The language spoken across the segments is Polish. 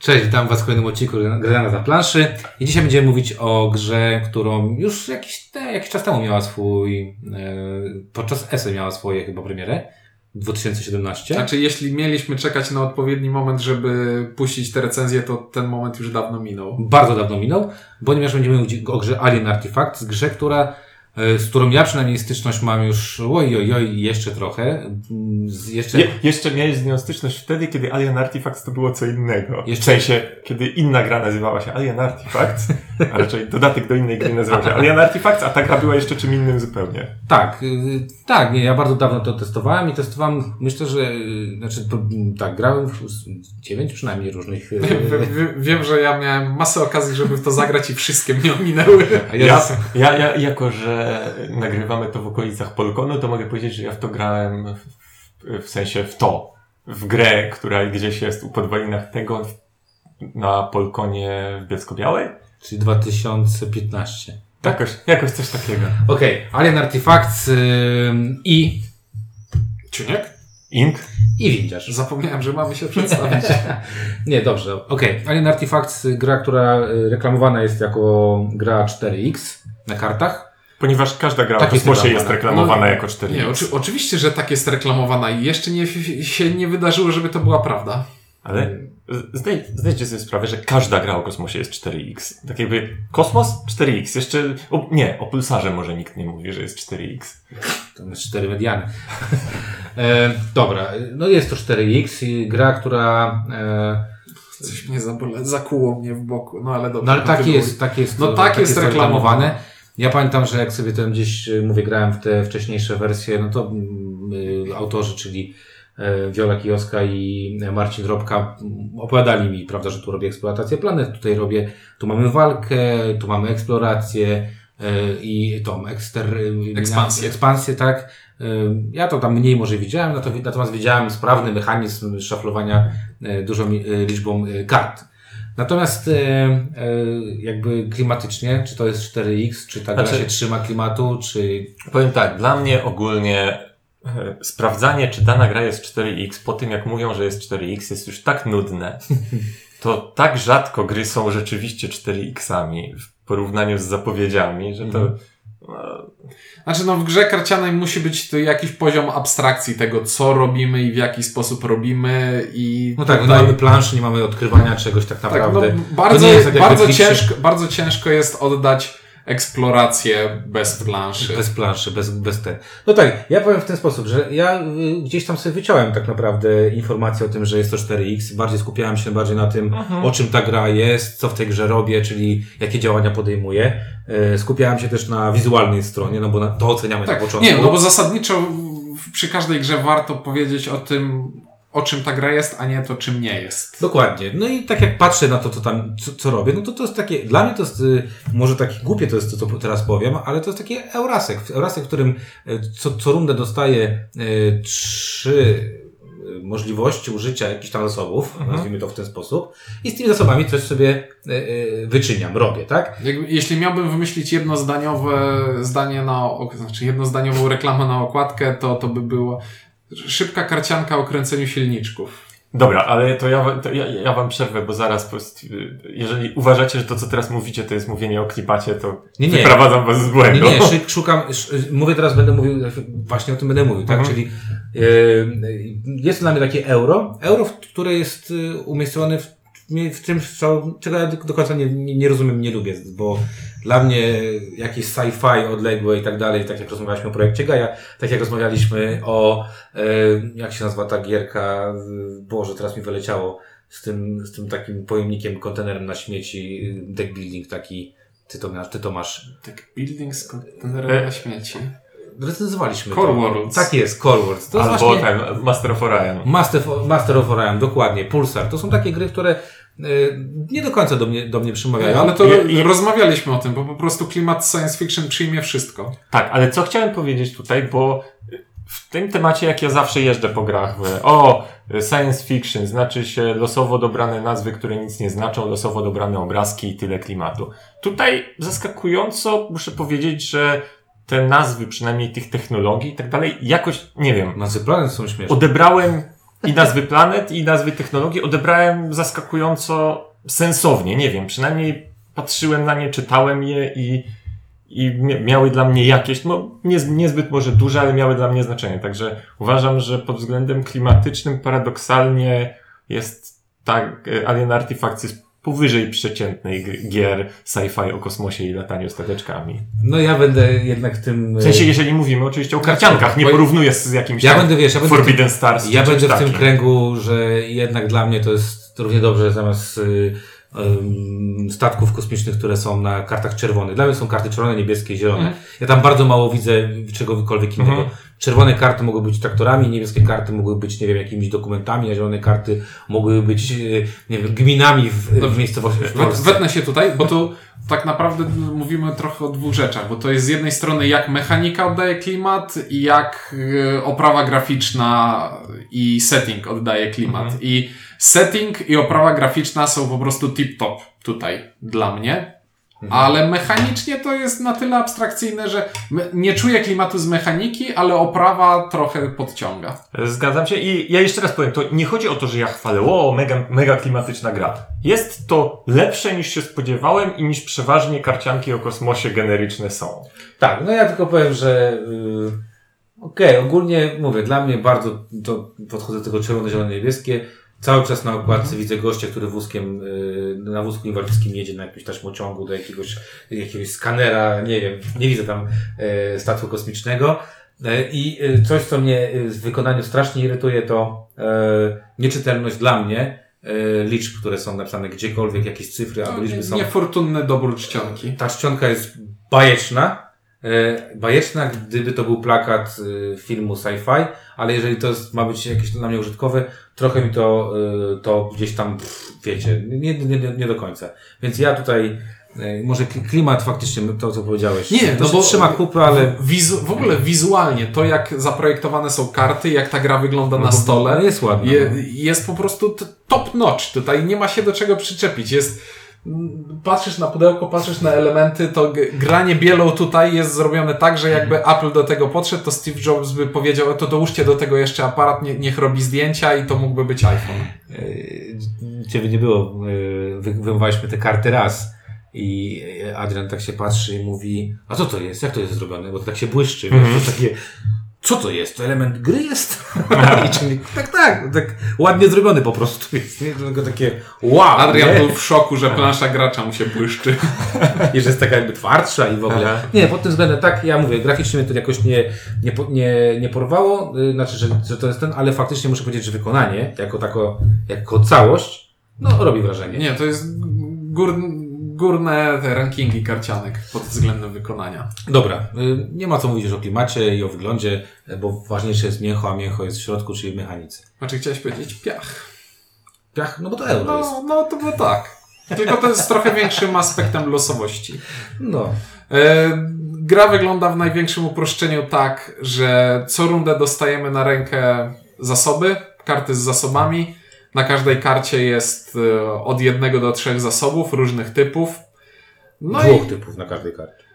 Cześć, witam Was w kolejnym odcinku Grana na planszy i dzisiaj będziemy mówić o grze, którą już jakiś czas temu miała podczas ESE miała swoje chyba premierę, 2017. Znaczy, jeśli mieliśmy czekać na odpowiedni moment, żeby puścić te recenzje, to ten moment już dawno minął. Bardzo dawno minął, ponieważ będziemy mówić o grze Alien Artifacts, grze, z którą ja przynajmniej styczność mam już jeszcze trochę. Jeszcze miałeś z nią styczność wtedy, kiedy Alien Artifacts to było co innego. W sensie, kiedy inna gra nazywała się Alien Artifacts, a raczej dodatek do innej gry nazywał się Alien Artifacts, a ta gra była jeszcze czym innym zupełnie. Tak, ja bardzo dawno to testowałem i testowałem, myślę, że, grałem w 9 przynajmniej różnych. Wiem, że ja miałem masę okazji, żeby w to zagrać i wszystkie mnie ominęły. Ja jako, że nagrywamy to w okolicach Polkonu, to mogę powiedzieć, że ja w to grałem w grę, która gdzieś jest u podwalinach tego na Polkonie w Bielsko-Białej. Czyli 2015. Jakoś coś takiego. Okej, Alien Artifacts i... Ciuniek? Ink? I Windziarz. Zapomniałem, że mamy się przedstawić. Nie, dobrze. Alien Artifacts, gra, która reklamowana jest jako gra 4X na kartach. Ponieważ każda gra o kosmosie jest reklamowana jako 4X. Nie, oczywiście, że tak jest reklamowana i jeszcze się nie wydarzyło, żeby to była prawda. Ale zdajcie sobie sprawę, że każda gra o kosmosie jest 4X. Tak jakby kosmos 4X. Jeszcze, o Pulsarze może nikt nie mówi, że jest 4X. To jest 4 mediany. Dobra, no jest to 4X i gra, która... Coś mnie zakuło mnie w boku, no ale dobrze. No ale tak jest reklamowane. Ja pamiętam, że jak sobie tam gdzieś, grałem w te wcześniejsze wersje, no to autorzy, czyli Wiola Kijowska i Marcin Robka opowiadali mi, prawda, że tu robię eksploatację planet, tu mamy walkę, tu mamy eksplorację i tą ekspansję, tak. Ja to tam mniej może widziałem, natomiast widziałem sprawny mechanizm szaflowania dużą liczbą kart. Natomiast jakby klimatycznie, czy to jest 4X, czy ta gra się trzyma klimatu, czy... Powiem tak, dla mnie ogólnie sprawdzanie, czy dana gra jest 4X po tym, jak mówią, że jest 4X, jest już tak nudne. To tak rzadko gry są rzeczywiście 4X-ami w porównaniu z zapowiedziami, że to... Znaczy, w grze karcianej musi być to jakiś poziom abstrakcji tego, co robimy i w jaki sposób robimy i... No tak, nie mamy planszy, nie mamy odkrywania czegoś tak naprawdę. Tak, bardzo ciężko jest oddać eksplorację bez planszy. Bez planszy, bez te. No tak, ja powiem w ten sposób, że ja gdzieś tam sobie wyciąłem tak naprawdę informacje o tym, że jest to 4X. Bardziej skupiałem się na tym, o czym ta gra jest, co w tej grze robię, czyli jakie działania podejmuję. Skupiałem się też na wizualnej stronie, no bo to oceniamy na początku. Nie, no bo zasadniczo przy każdej grze warto powiedzieć o tym, o czym ta gra jest, a nie to, czym nie jest. Dokładnie. No i tak jak patrzę na to, co robię, no to jest takie, dla mnie to jest, może takie głupie to jest to, co teraz powiem, ale to jest takie Eurasek, w którym co rundę dostaję 3 możliwości użycia jakichś tam zasobów, nazwijmy to w ten sposób, i z tymi zasobami coś sobie wyczyniam, robię, tak? Jeśli miałbym wymyślić jednozdaniową reklamę na okładkę, to by było szybka karcianka o kręceniu silniczków. Dobra, ale to ja wam przerwę, bo zaraz jeżeli uważacie, że to, co teraz mówicie, to jest mówienie o klipacie, to wyprowadzam was z błędu. Mówię teraz, będę mówił, właśnie o tym będę mówił, tak? Czyli jest dla mnie takie euro, które jest umiejscowione w tym, czego ja do końca nie rozumiem, nie lubię, bo dla mnie jakieś sci-fi odległe i tak dalej, tak jak rozmawialiśmy o projekcie Gaia, tak jak rozmawialiśmy o, jak się nazywa ta gierka, Boże, teraz mi wyleciało, z tym takim pojemnikiem, kontenerem na śmieci, deck building taki, ty to masz. Deck building z kontenerem na śmieci. Recenzowaliśmy Core Worlds. Tak jest, Core Worlds. To albo właśnie... tak, Master of Orion. Master of Orion, dokładnie. Pulsar. To są takie gry, które nie do końca do mnie przemawiają. Ale to rozmawialiśmy o tym, bo po prostu klimat science fiction przyjmie wszystko. Tak, ale co chciałem powiedzieć tutaj, bo w tym temacie, jak ja zawsze jeżdżę po grach, science fiction, znaczy się losowo dobrane nazwy, które nic nie znaczą, losowo dobrane obrazki i tyle klimatu. Tutaj zaskakująco muszę powiedzieć, że te nazwy, przynajmniej tych technologii i tak dalej, jakoś, nie wiem. Nazwy planet są śmieszne. Odebrałem i nazwy planet, i nazwy technologii odebrałem zaskakująco sensownie. Nie wiem, przynajmniej patrzyłem na nie, czytałem je i miały dla mnie jakieś, no niezbyt może duże, ale miały dla mnie znaczenie. Także uważam, że pod względem klimatycznym paradoksalnie jest tak, Alien Artifacts jest powyżej przeciętnej gier sci-fi o kosmosie i lataniu stateczkami. No ja będę jednak tym... W sensie, jeżeli mówimy oczywiście o karciankach, nie porównuję z jakimś Forbidden Stars. Ja będę w tym kręgu, że jednak dla mnie to jest równie dobrze zamiast statków kosmicznych, które są na kartach czerwonych. Dla mnie są karty czerwone, niebieskie, zielone. Ja tam bardzo mało widzę czegokolwiek innego. Czerwone karty mogły być traktorami, niebieskie karty mogły być, nie wiem, jakimiś dokumentami, a zielone karty mogły być, nie wiem, gminami w miejscowości. Wetnę się tutaj, bo tu tak naprawdę mówimy trochę o dwóch rzeczach, bo to jest z jednej strony jak mechanika oddaje klimat i jak oprawa graficzna i setting oddaje klimat. I setting i oprawa graficzna są po prostu tip-top tutaj dla mnie. Ale mechanicznie to jest na tyle abstrakcyjne, że nie czuję klimatu z mechaniki, ale oprawa trochę podciąga. Zgadzam się i ja jeszcze raz powiem, to nie chodzi o to, że ja chwalę, mega klimatyczna gra. Jest to lepsze niż się spodziewałem i niż przeważnie karcianki o kosmosie generyczne są. Tak, no ja tylko powiem, że okej, ogólnie mówię, dla mnie bardzo to podchodzę do tego czerwone, zielone, niebieskie. Cały czas na okładce widzę gościa, który na wózku inwalidzkim jedzie na jakimś taśmociągu do jakiegoś skanera, nie wiem, nie widzę tam statku kosmicznego. I coś, co mnie w wykonaniu strasznie irytuje, to nieczytelność dla mnie liczb, które są napisane gdziekolwiek, jakieś cyfry albo liczby są. Niefortunny dobór czcionki. Ta czcionka jest bajeczna. Bajeczna, gdyby to był plakat filmu sci-fi, ale jeżeli to ma być jakieś dla mnie użytkowe, trochę mi to gdzieś tam, wiecie, nie do końca. Więc ja tutaj, może klimat faktycznie, to co powiedziałeś, nie, to no bo trzyma kupy, ale... W ogóle wizualnie, to jak zaprojektowane są karty, jak ta gra wygląda na stole, jest ładna. Jest po prostu top notch. Tutaj nie ma się do czego przyczepić. Patrzysz na pudełko, patrzysz na elementy, to granie bielą tutaj jest zrobione tak, że jakby Apple do tego podszedł, to Steve Jobs by powiedział, to dołóżcie do tego jeszcze aparat, niech robi zdjęcia i to mógłby być iPhone. Ciebie nie było. Wymywaliśmy te karty raz i Adrian tak się patrzy i mówi, a co to jest? Jak to jest zrobione? Bo to tak się błyszczy. To takie, co to jest? To element gry jest? tak ładnie zrobiony po prostu jest. Nie? Tylko takie wow. Adrian był w szoku, że plansza gracza mu się błyszczy. I że jest taka jakby twardsza i w ogóle. Nie, pod tym względem tak, ja mówię, graficznie mnie to jakoś nie porwało, znaczy, że to jest ale faktycznie muszę powiedzieć, że wykonanie jako całość, no robi wrażenie. Nie, to jest górne te rankingi karcianek pod względem wykonania. Dobra, nie ma co mówić już o klimacie i o wyglądzie, bo ważniejsze jest mięcho, a mięcho jest w środku, czyli w mechanice. Znaczy chciałeś powiedzieć piach. Piach? No bo to euro jest. No to było tak. Tylko to jest trochę większym aspektem losowości. No. Gra wygląda w największym uproszczeniu tak, że co rundę dostajemy na rękę zasoby, karty z zasobami. Na każdej karcie jest od 1 do 3 zasobów różnych typów. Dwóch typów na każdej karcie.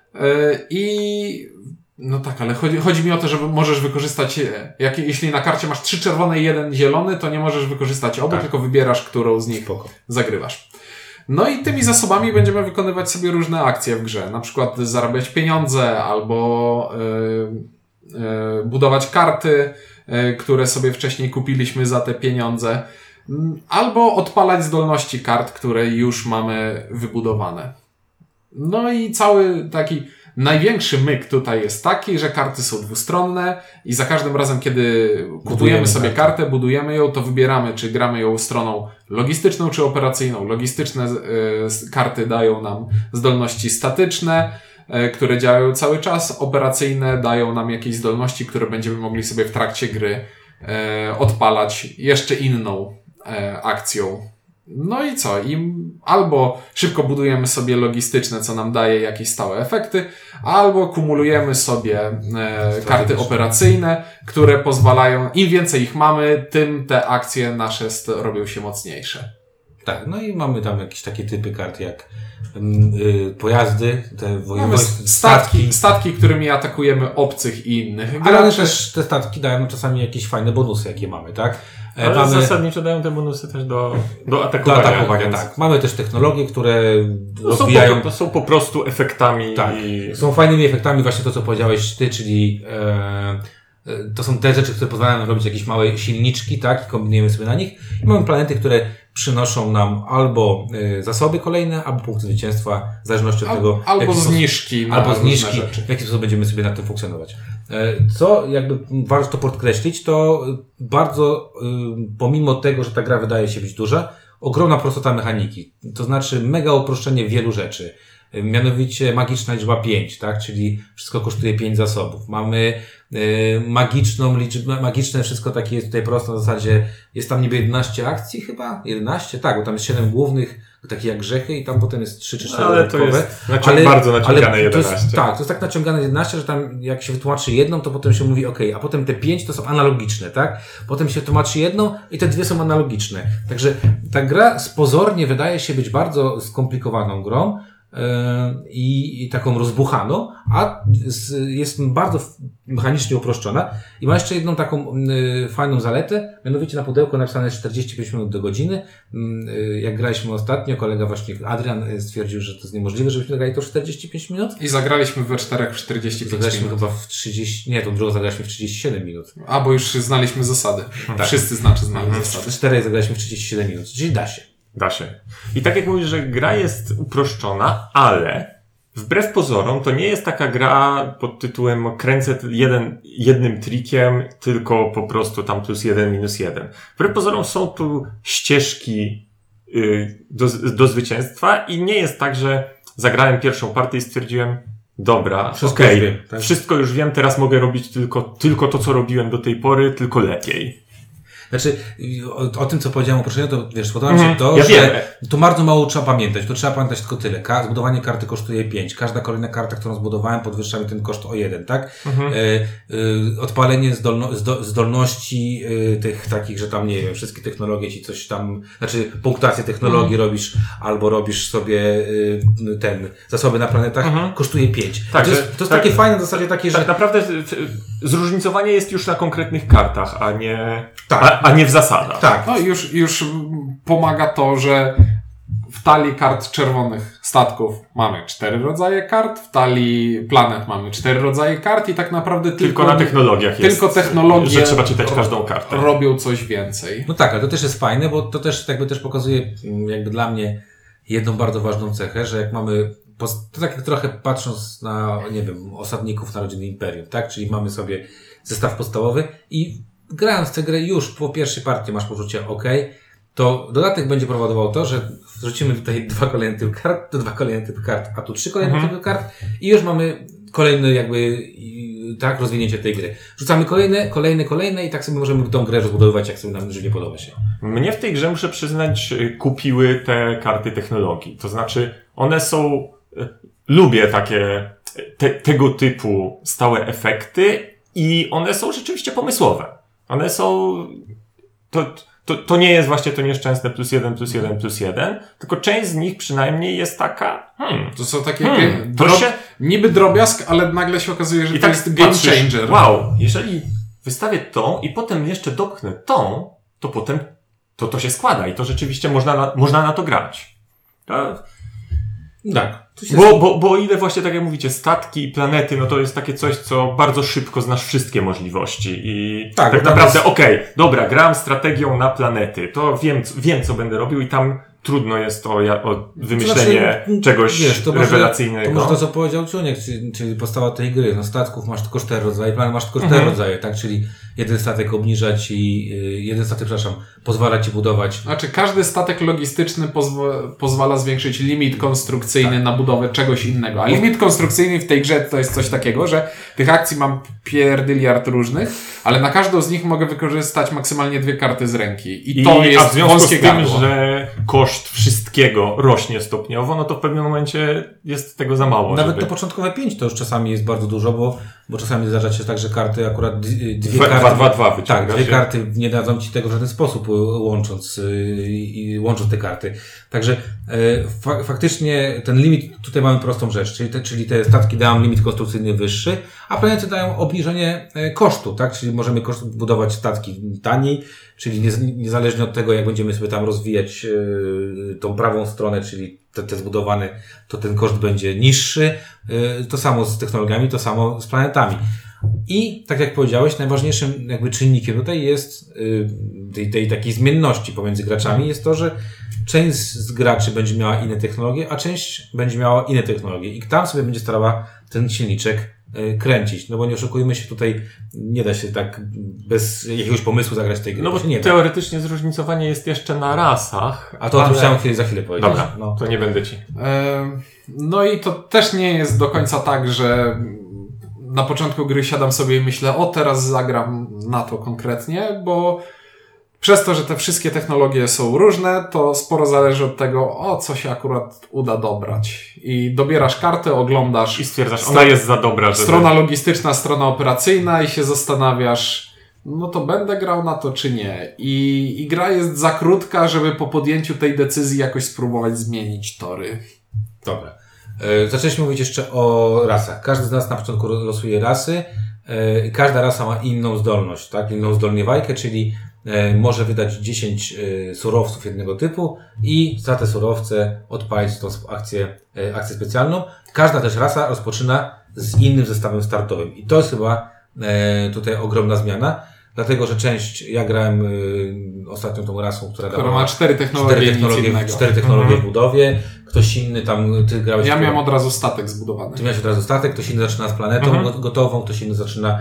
No tak, ale chodzi mi o to, że możesz wykorzystać, jeśli na karcie masz 3 czerwone i 1 zielony, to nie możesz wykorzystać obu, tylko wybierasz, którą z nich zagrywasz. No i tymi zasobami będziemy wykonywać sobie różne akcje w grze. Na przykład zarabiać pieniądze albo budować karty, które sobie wcześniej kupiliśmy za te pieniądze. Albo odpalać zdolności kart, które już mamy wybudowane. No i cały taki największy myk tutaj jest taki, że karty są dwustronne i za każdym razem, kiedy kupujemy sobie kartę, budujemy ją, to wybieramy, czy gramy ją stroną logistyczną, czy operacyjną. Logistyczne karty dają nam zdolności statyczne, które działają cały czas. Operacyjne dają nam jakieś zdolności, które będziemy mogli sobie w trakcie gry odpalać jeszcze inną akcją. No i co? Albo szybko budujemy sobie logistyczne, co nam daje jakieś stałe efekty, albo kumulujemy sobie karty operacyjne, które pozwalają, im więcej ich mamy, tym te akcje nasze robią się mocniejsze. Tak, no i mamy tam jakieś takie typy kart jak pojazdy, te statki, którymi atakujemy obcych i innych graczy. Ale też te statki dają czasami jakieś fajne bonusy, jakie mamy, tak? Ale zasadniczo dają te bonusy też do atakowania. Do atakowania, tak. Mamy też technologie, które rozwijają... To są po prostu efektami. Tak, są fajnymi efektami, właśnie to, co powiedziałeś ty, czyli to są te rzeczy, które pozwalają nam robić jakieś małe silniczki, tak, i kombinujemy sobie na nich. I mamy planety, które przynoszą nam albo zasoby kolejne, albo punkty zwycięstwa, w zależności od tego... Albo zniżki. W jaki sposób będziemy sobie nad tym funkcjonować. Co jakby warto podkreślić, to bardzo, pomimo tego, że ta gra wydaje się być duża, ogromna prostota mechaniki. To znaczy mega uproszczenie wielu rzeczy. Mianowicie magiczna liczba 5, tak? Czyli wszystko kosztuje 5 zasobów. Mamy magiczną liczbę, magiczne wszystko takie jest tutaj prosto, na zasadzie jest tam niby 11 akcji chyba? 11? Tak, bo tam jest 7 głównych, takie jak grzechy i tam potem jest 3 czy 4 dodatkowe. To jest bardzo naciągane 11. Tak, to jest tak naciągane 11, że tam jak się wytłumaczy jedną, to potem się mówi a potem te 5 to są analogiczne, tak? Potem się tłumaczy jedną i te dwie są analogiczne. Także ta gra pozornie wydaje się być bardzo skomplikowaną grą, i taką rozbuchaną, a jest bardzo mechanicznie uproszczona i ma jeszcze jedną taką fajną zaletę, mianowicie na pudełku napisane jest 45 minut do godziny. Jak graliśmy ostatnio, kolega właśnie Adrian stwierdził, że to jest niemożliwe, żebyśmy grali to w 45 minut. I zagraliśmy we 4 w 45 zagraliśmy minut. Chyba w 30, nie, tą drugą zagraliśmy w 37 minut. A, bo już znaliśmy zasady. Tak. Wszyscy znali zasady. W 4 zagraliśmy w 37 minut, czyli da się. Da się. I tak jak mówisz, że gra jest uproszczona, ale wbrew pozorom to nie jest taka gra pod tytułem kręcę jednym trikiem, tylko po prostu tam +1, -1. Wbrew pozorom są tu ścieżki do zwycięstwa i nie jest tak, że zagrałem pierwszą partię i stwierdziłem, dobra, wszystko już wiem, teraz mogę robić tylko to, co robiłem do tej pory, tylko lepiej. Znaczy, o tym, co powiedziałem poprzednio, to wiesz, podoba mi się to, że tu bardzo mało trzeba pamiętać. To trzeba pamiętać tylko tyle. Zbudowanie karty kosztuje 5. Każda kolejna karta, którą zbudowałem, podwyższa mi ten koszt o 1, tak? Odpalenie zdolności tych takich, że tam, nie wiem, wszystkie technologie ci coś tam, znaczy punktację technologii robisz, albo robisz sobie zasoby na planetach, kosztuje 5. Tak, to jest takie fajne w zasadzie takie, że... Tak naprawdę zróżnicowanie jest już na konkretnych kartach, a nie... Tak. A nie w zasadach. Tak. No już pomaga to, że w talii kart czerwonych statków mamy 4 rodzaje kart, w talii planet mamy 4 rodzaje kart i tak naprawdę tylko na technologiach jest. Tylko technologie, że trzeba czytać każdą kartę. Robią coś więcej. No tak, ale to też jest fajne, bo to też jakby też pokazuje jakby dla mnie jedną bardzo ważną cechę, że jak mamy, to tak jak trochę patrząc na, nie wiem, osadników Narodziny Imperium, tak? Czyli mamy sobie zestaw podstawowy i grając tę grę już po pierwszej partii masz poczucie to dodatek będzie powodował to, że wrzucimy tutaj 2 kolejne typy kart, to 2 kolejne typy kart, a tu 3 kolejne typy kart i już mamy kolejne jakby rozwinięcie tej gry. Rzucamy kolejne i tak sobie możemy tą grę rozbudowywać, jak sobie nam nie podoba się. Mnie w tej grze, muszę przyznać, kupiły te karty technologii. To znaczy, one są... Lubię takie tego typu stałe efekty i one są rzeczywiście pomysłowe. One są... To nie jest właśnie to nieszczęsne +1, tylko część z nich przynajmniej jest taka... To są takie niby drobiazg, ale nagle się okazuje, że to jest game changer. Wow, jeżeli wystawię tą i potem jeszcze dopchnę tą, to potem to się składa i to rzeczywiście można na to grać. Tak. Bo o ile właśnie, tak jak mówicie, statki i planety, no to jest takie coś, co bardzo szybko znasz wszystkie możliwości i tak naprawdę, dobra, gram strategią na planety, to wiem, co będę robił i tam trudno jest o wymyślenie czegoś rewelacyjnego. To może to, co powiedział Czuniek, czyli podstawa tej gry. No, statków masz tylko 4 rodzaje, planów masz tylko 4 rodzaje, tak? Czyli jeden statek obniża ci, pozwala ci budować. Znaczy, każdy statek logistyczny pozwala zwiększyć limit konstrukcyjny na budowę czegoś innego. A limit konstrukcyjny w tej grze to jest coś takiego, że tych akcji mam pierdyliard różnych, ale na każdą z nich mogę wykorzystać maksymalnie 2 karty z ręki. I to jest a w związku wąskie z tym, gardło. że koszt wszystkiego rośnie stopniowo, no to w pewnym momencie jest tego za mało. Nawet to początkowe 5 to już czasami jest bardzo dużo, bo czasami zdarza się tak, że karty akurat 2 karty 2-2-2 wyciągasz. Tak, 2 karty nie dadzą ci tego w żaden sposób, łącząc te karty. Także faktycznie ten limit, tutaj mamy prostą rzecz, czyli te statki dają limit konstrukcyjny wyższy, a planety dają obniżenie kosztu, tak? Czyli możemy budować statki taniej, czyli niezależnie od tego, jak będziemy sobie tam rozwijać tą prawą stronę, czyli te zbudowane, to ten koszt będzie niższy. To samo z technologiami, to samo z planetami. I tak jak powiedziałeś, najważniejszym jakby czynnikiem tutaj jest tej takiej zmienności pomiędzy graczami jest to, że część z graczy będzie miała inne technologie, a część będzie miała inne technologie i tam sobie będzie starała ten silniczek kręcić. No bo nie oszukujmy się, tutaj nie da się tak bez jakiegoś pomysłu zagrać tej gry. No bo nie teoretycznie zróżnicowanie jest jeszcze na rasach. A to o tym chciałem za chwilę powiedzieć. Dobra, to nie będę ci. No i to też nie jest do końca tak, że na początku gry siadam sobie i myślę, teraz zagram na to konkretnie, bo przez to, że te wszystkie technologie są różne, to sporo zależy od tego, co się akurat uda dobrać. I dobierasz kartę, oglądasz... I stwierdzasz, ona jest za dobra, żeby... Strona logistyczna, strona operacyjna i się zastanawiasz, no to będę grał na to czy nie. I gra jest za krótka, żeby po podjęciu tej decyzji jakoś spróbować zmienić tory. Dobra. Zaczęliśmy mówić jeszcze o rasach. Każdy z nas na początku losuje rasy. Każda rasa ma inną zdolność, tak? Inną zdolniewajkę, czyli może wydać 10 surowców jednego typu i za te surowce odpalić tą akcję specjalną. Każda też rasa rozpoczyna z innym zestawem startowym. I to jest chyba tutaj ogromna zmiana. Dlatego, że ja grałem ostatnią tą rasą, która ma 4 technologie w budowie. Ktoś inny tam, ty grałeś... Ja miałem od razu statek zbudowany. Ty miałeś od razu statek, ktoś inny zaczyna z planetą gotową, ktoś inny zaczyna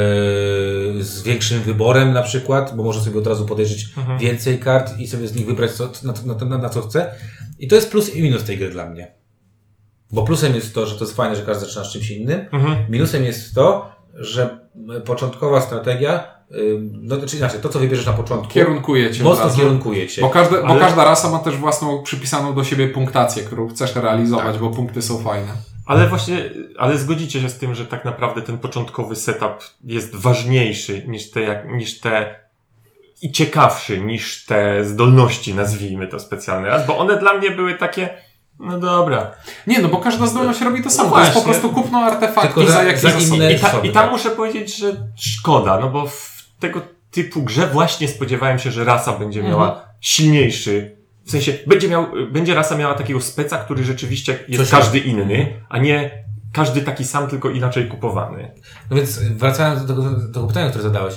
z większym wyborem na przykład, bo może sobie od razu podejrzeć więcej kart i sobie z nich wybrać na co chce. I to jest plus i minus tej gry dla mnie. Bo plusem jest to, że to jest fajne, że każdy zaczyna z czymś innym. Minusem jest to, że początkowa strategia, czyli inaczej, to co wybierzesz na początku, kierunkuje cię mocno kierunkuje cię. Bo każda rasa ma też własną przypisaną do siebie punktację, którą chcesz realizować, bo punkty są fajne. Ale zgodzicie się z tym, że tak naprawdę ten początkowy setup jest ważniejszy niż te i ciekawszy niż te zdolności, nazwijmy to specjalny raz, bo one dla mnie były takie, no dobra. Nie, bo każda zdolność robi to samo. No to jest po prostu kupno artefaktu za jakieś inne I tam muszę powiedzieć, że szkoda, bo w tego typu grze właśnie spodziewałem się, że rasa będzie miała silniejszy, w sensie będzie rasa miała takiego speca, który rzeczywiście jest każdy inny, a nie każdy taki sam, tylko inaczej kupowany. No więc wracając do tego pytania, które zadałeś.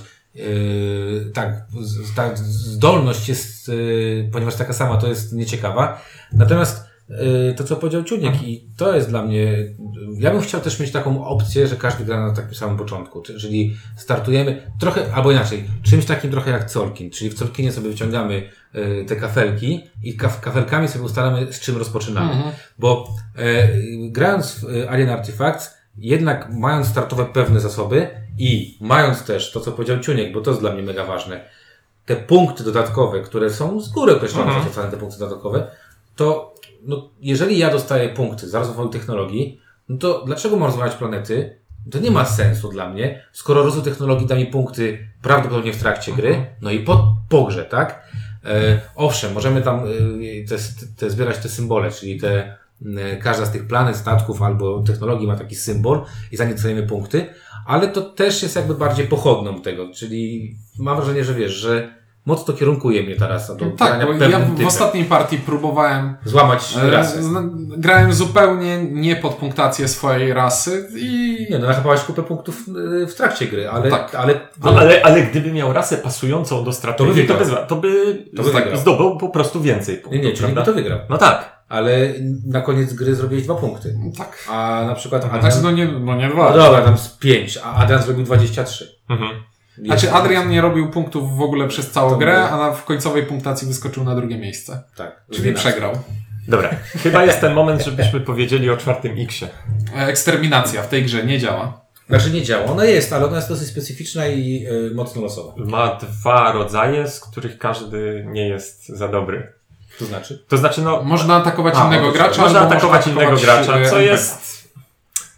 Ta zdolność jest, ponieważ taka sama, to jest nieciekawa. Natomiast to, co powiedział Ciuniek i to jest dla mnie... Ja bym chciał też mieć taką opcję, że każdy gra na takim samym początku. Czyli startujemy trochę, albo inaczej, czymś takim trochę jak Colkin. Czyli w Colkinie sobie wyciągamy te kafelki i kafelkami sobie ustalamy, z czym rozpoczynamy. Bo grając w Alien Artifacts, jednak mając startowe pewne zasoby i mając też to, co powiedział Ciuniek, bo to jest dla mnie mega ważne, te punkty dodatkowe, które są z góry określone, te punkty dodatkowe, to jeżeli ja dostaję punkty za rozwój technologii, no to dlaczego mam rozwijać planety? To nie ma sensu dla mnie, skoro rozwój technologii da mi punkty prawdopodobnie w trakcie gry, no i po grze, tak? Owszem, możemy tam zbierać te symbole, czyli każda z tych planet, statków albo technologii ma taki symbol i za nie dostajemy punkty, ale to też jest jakby bardziej pochodną tego, czyli mam wrażenie, że wiesz, że mocno kierunkuje mnie ta rasa do grania pewnym ja typem. W ostatniej partii próbowałem złamać rasę. Grałem zupełnie nie pod punktację swojej rasy i... Nie, nachapałeś kupę punktów w trakcie gry, ale gdyby miał rasę pasującą do strategii, to by zdobył po prostu więcej punktów. Nie, czyli by to wygrał. No tak. Ale na koniec gry zrobiłeś 2 punkty. Tak. A na przykład Adrian... nie 2. No dobra, tam z 5, a Adrian zrobił 23. Znaczy Adrian nie robił punktów w ogóle przez całą grę, a w końcowej punktacji wyskoczył na 2. miejsce. Tak. Czyli przegrał. Dobra, chyba jest ten moment, żebyśmy powiedzieli o 4. X-ie. Eksterminacja w tej grze nie działa. Znaczy nie działa. Ona jest, ale ona jest dosyć specyficzna i mocno losowa. Ma 2 rodzaje, z których każdy nie jest za dobry. To znaczy można atakować innego gracza. Można atakować innego gracza, co jest...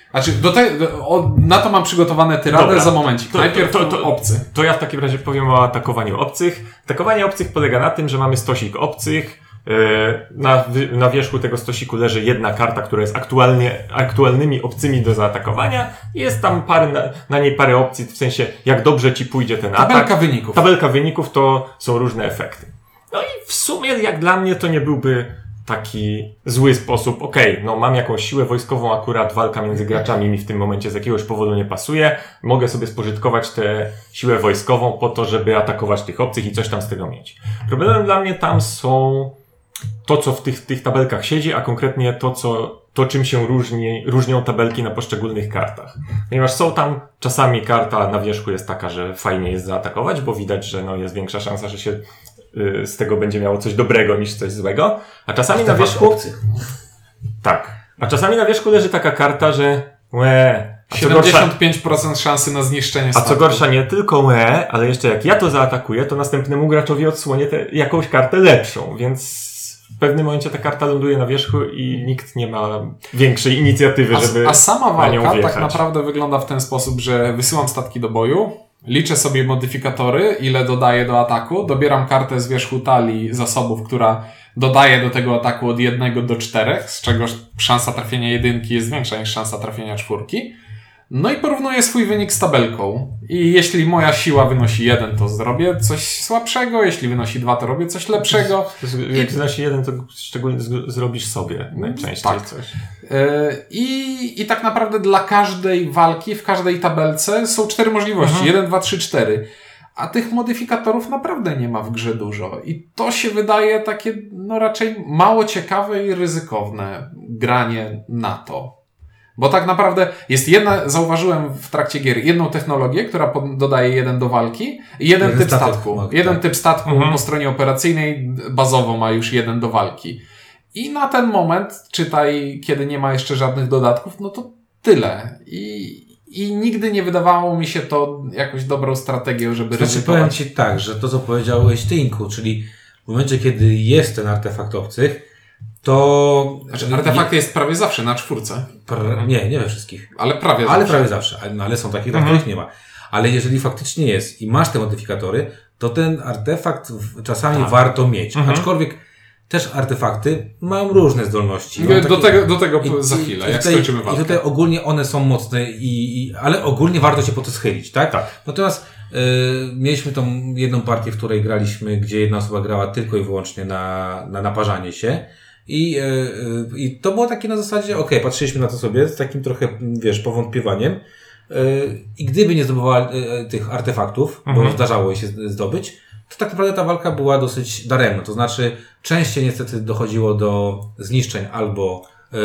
Znaczy, na to mam przygotowane tyradę za momencik. Najpierw obcy. To ja w takim razie powiem o atakowaniu obcych. Atakowanie obcych polega na tym, że mamy stosik obcych. Na wierzchu tego stosiku leży jedna karta, która jest aktualnymi obcymi do zaatakowania. Jest tam na niej parę opcji, w sensie jak dobrze ci pójdzie ten atak. Tabelka wyników to są różne efekty. No i w sumie jak dla mnie to nie byłby taki zły sposób. No mam jakąś siłę wojskową, akurat walka między graczami mi w tym momencie z jakiegoś powodu nie pasuje. Mogę sobie spożytkować tę siłę wojskową po to, żeby atakować tych obcych i coś tam z tego mieć. Problemem dla mnie tam są to, co w tych tabelkach siedzi, a konkretnie to czym się różnią tabelki na poszczególnych kartach. Ponieważ są tam czasami karta na wierzchu jest taka, że fajnie jest zaatakować, bo widać, że jest większa szansa, że się z tego będzie miało coś dobrego niż coś złego. A czasami na wierzchu... Tak. A czasami na wierzchu leży taka karta, że 75% szansy na zniszczenie statku. A co gorsza, nie tylko ale jeszcze jak ja to zaatakuję, to następnemu graczowi odsłonię jakąś kartę lepszą, więc w pewnym momencie ta karta ląduje na wierzchu i nikt nie ma większej inicjatywy, żeby a sama walka na nią wjechać. Tak naprawdę wygląda w ten sposób, że wysyłam statki do boju, liczę sobie modyfikatory, ile dodaję do ataku, dobieram kartę z wierzchu talii zasobów, która dodaje do tego ataku od 1 do 4, z czego szansa trafienia 1 jest większa niż szansa trafienia 4. No i porównuję swój wynik z tabelką. I jeśli moja siła wynosi 1, to zrobię coś słabszego, jeśli wynosi 2, to robię coś lepszego. Jak wynosi 1, to szczególnie zrobisz sobie najczęściej coś. I tak naprawdę dla każdej walki, w każdej tabelce są 4 możliwości. 1, 2, 3, 4. A tych modyfikatorów naprawdę nie ma w grze dużo. I to się wydaje takie raczej mało ciekawe i ryzykowne granie na to. Bo tak naprawdę jest zauważyłem w trakcie gier, jedną technologię, która dodaje 1 do walki i jeden typ statku. Jeden typ statku po stronie operacyjnej bazowo ma już 1 do walki. I na ten moment, czytaj, kiedy nie ma jeszcze żadnych dodatków, to tyle. I nigdy nie wydawało mi się to jakąś dobrą strategią, żeby ryzykować. Powiem Ci tak, że to co powiedziałeś Ty, Inku, czyli w momencie, kiedy jest ten artefakt obcych, to... Znaczy, artefakt jest prawie zawsze na 4. Nie we wszystkich. Ale prawie zawsze. Ale są takie, których nie ma. Ale jeżeli faktycznie jest i masz te modyfikatory, to ten artefakt czasami warto mieć. Aczkolwiek też artefakty mają różne zdolności. Do tego za chwilę, jak skończymy walkę. I tutaj ogólnie one są mocne, ale ogólnie warto się po to schylić, tak? Natomiast mieliśmy tą jedną partię, w której graliśmy, gdzie jedna osoba grała tylko i wyłącznie na naparzanie się. I to było takie na zasadzie, patrzyliśmy na to sobie z takim trochę, powątpiewaniem. I gdyby nie zdobywała tych artefaktów, bo zdarzało jej się zdobyć, to tak naprawdę ta walka była dosyć daremna. To znaczy, częściej niestety dochodziło do zniszczeń albo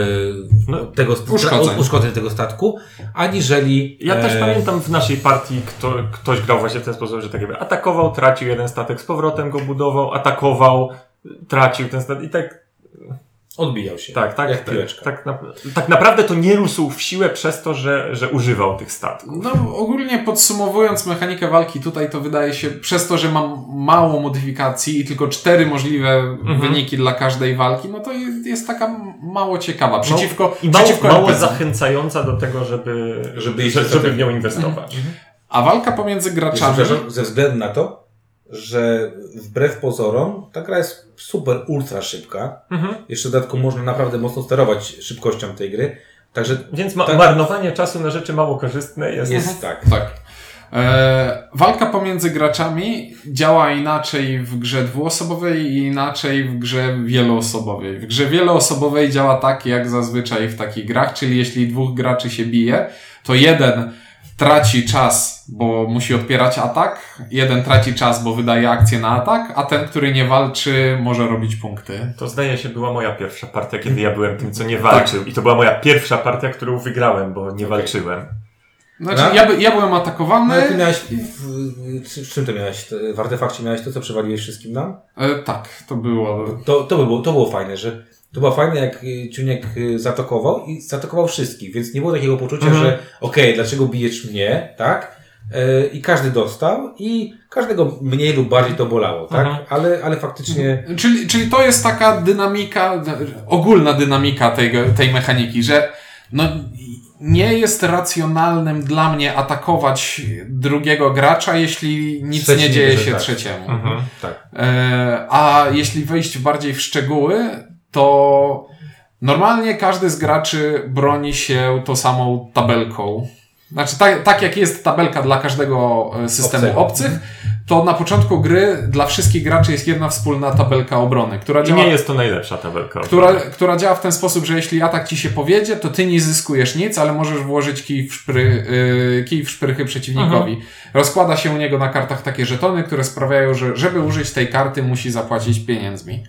uszkodzeń tego statku, aniżeli... Ja też pamiętam w naszej partii, ktoś grał właśnie w ten sposób, że tak jakby atakował, tracił jeden statek, z powrotem go budował, atakował, tracił ten statek i tak... Odbijał się. Jak piłeczka. Tak naprawdę to nie rósł w siłę przez to, że używał tych statków. Ogólnie podsumowując mechanikę walki tutaj, to wydaje się, przez to, że mam mało modyfikacji i tylko 4 możliwe wyniki dla każdej walki, to jest taka mało ciekawa. Przeciwko mało zachęcająca do tego, żeby w nią inwestować. A walka pomiędzy graczami... Ze względu na to, że wbrew pozorom ta gra jest super ultra szybka. Jeszcze w dodatku można naprawdę mocno sterować szybkością tej gry. Także więc marnowanie czasu na rzeczy mało korzystne jest. Tak. Walka pomiędzy graczami działa inaczej w grze dwuosobowej i inaczej w grze wieloosobowej. W grze wieloosobowej działa tak jak zazwyczaj w takich grach, czyli jeśli 2 graczy się bije, to jeden traci czas, bo musi odpierać atak, jeden traci czas, bo wydaje akcję na atak, a ten, który nie walczy, może robić punkty. To zdaje się była moja pierwsza partia, kiedy ja byłem tym, co nie walczył. I to była moja pierwsza partia, którą wygrałem, bo nie walczyłem. Znaczy, ja byłem atakowany. Ale ty miałeś, w czym to miałeś? W artefakcie miałeś to, co przewaliłeś wszystkim nam? Tak, to było. To było fajne, że to było fajne, jak Ciuniek zaatakował wszystkich, więc nie było takiego poczucia, że dlaczego bijesz mnie, tak? I każdy dostał i każdego mniej lub bardziej to bolało, tak? Ale faktycznie... Czyli to jest taka dynamika, ogólna dynamika tej mechaniki, że nie jest racjonalnym dla mnie atakować drugiego gracza, jeśli nic nie dzieje się trzeciemu. Tak. A jeśli wejść bardziej w szczegóły, to normalnie każdy z graczy broni się tą samą tabelką. Znaczy, tak jak jest tabelka dla każdego systemu obcych, to na początku gry dla wszystkich graczy jest jedna wspólna tabelka obrony, która działa... I nie jest to najlepsza tabelka obrony. Która działa w ten sposób, że jeśli atak ci się powiedzie, to ty nie zyskujesz nic, ale możesz włożyć kij w szprychy przeciwnikowi. Rozkłada się u niego na kartach takie żetony, które sprawiają, że żeby użyć tej karty musi zapłacić pieniędzmi.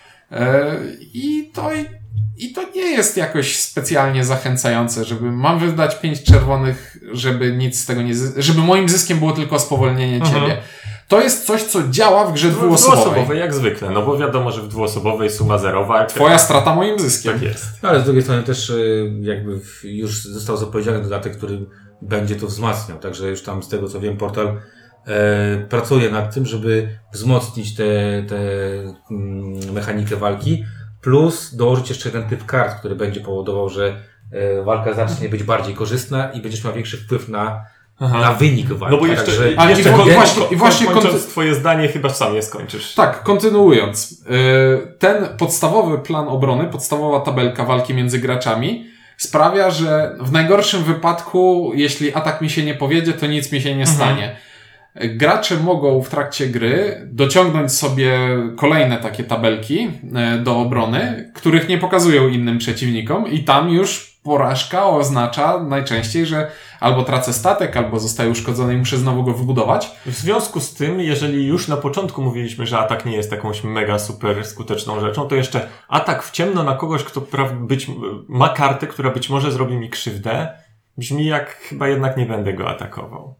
I to nie jest jakoś specjalnie zachęcające, żeby mam wydać 5 czerwonych, żeby nic z tego żeby moim zyskiem było tylko spowolnienie ciebie. To jest coś, co działa w grze dwuosobowej. Jak zwykle, no bo wiadomo, że w dwuosobowej suma zerowa. Twoja strata moim zyskiem. Tak jest. Ale z drugiej strony też jakby już został zapowiedziany dodatek, który będzie to wzmacniał. Także już tam z tego co wiem, portal pracuje nad tym, żeby wzmocnić tę mechanikę walki. Plus dołożyć jeszcze jeden typ kart, który będzie powodował, że walka zacznie być bardziej korzystna i będziesz miał większy wpływ na wynik walki. No bo jeszcze, także, ale właśnie kończąc twoje zdanie, chyba sam nie skończysz. Tak, kontynuując. Ten podstawowy plan obrony, podstawowa tabelka walki między graczami sprawia, że w najgorszym wypadku, jeśli atak mi się nie powiedzie, to nic mi się nie stanie. Gracze mogą w trakcie gry dociągnąć sobie kolejne takie tabelki do obrony, których nie pokazują innym przeciwnikom i tam już porażka oznacza najczęściej, że albo tracę statek, albo zostaje uszkodzony i muszę znowu go wybudować. W związku z tym, jeżeli już na początku mówiliśmy, że atak nie jest jakąś mega super skuteczną rzeczą, to jeszcze atak w ciemno na kogoś, kto ma kartę, która być może zrobi mi krzywdę, brzmi jak chyba jednak nie będę go atakował.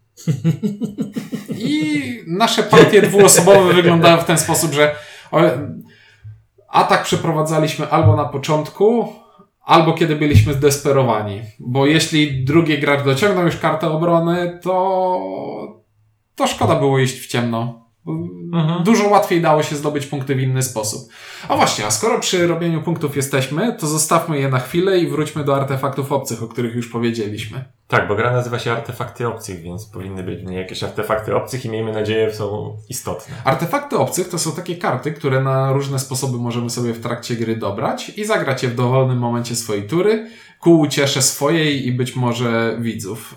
I nasze partie dwuosobowe wyglądają w ten sposób, że atak przeprowadzaliśmy albo na początku, albo kiedy byliśmy zdesperowani. Bo jeśli drugi gracz dociągnął już kartę obrony, to szkoda było iść w ciemno. Dużo łatwiej dało się zdobyć punkty w inny sposób. A właśnie, a skoro przy robieniu punktów jesteśmy, to zostawmy je na chwilę i wróćmy do artefaktów obcych, o których już powiedzieliśmy. Tak, bo gra nazywa się Artefakty Obcych, więc powinny być w niej jakieś artefakty obcych i miejmy nadzieję, są istotne. Artefakty obcych to są takie karty, które na różne sposoby możemy sobie w trakcie gry dobrać i zagrać je w dowolnym momencie swojej tury, ku uciesze swojej i być może widzów.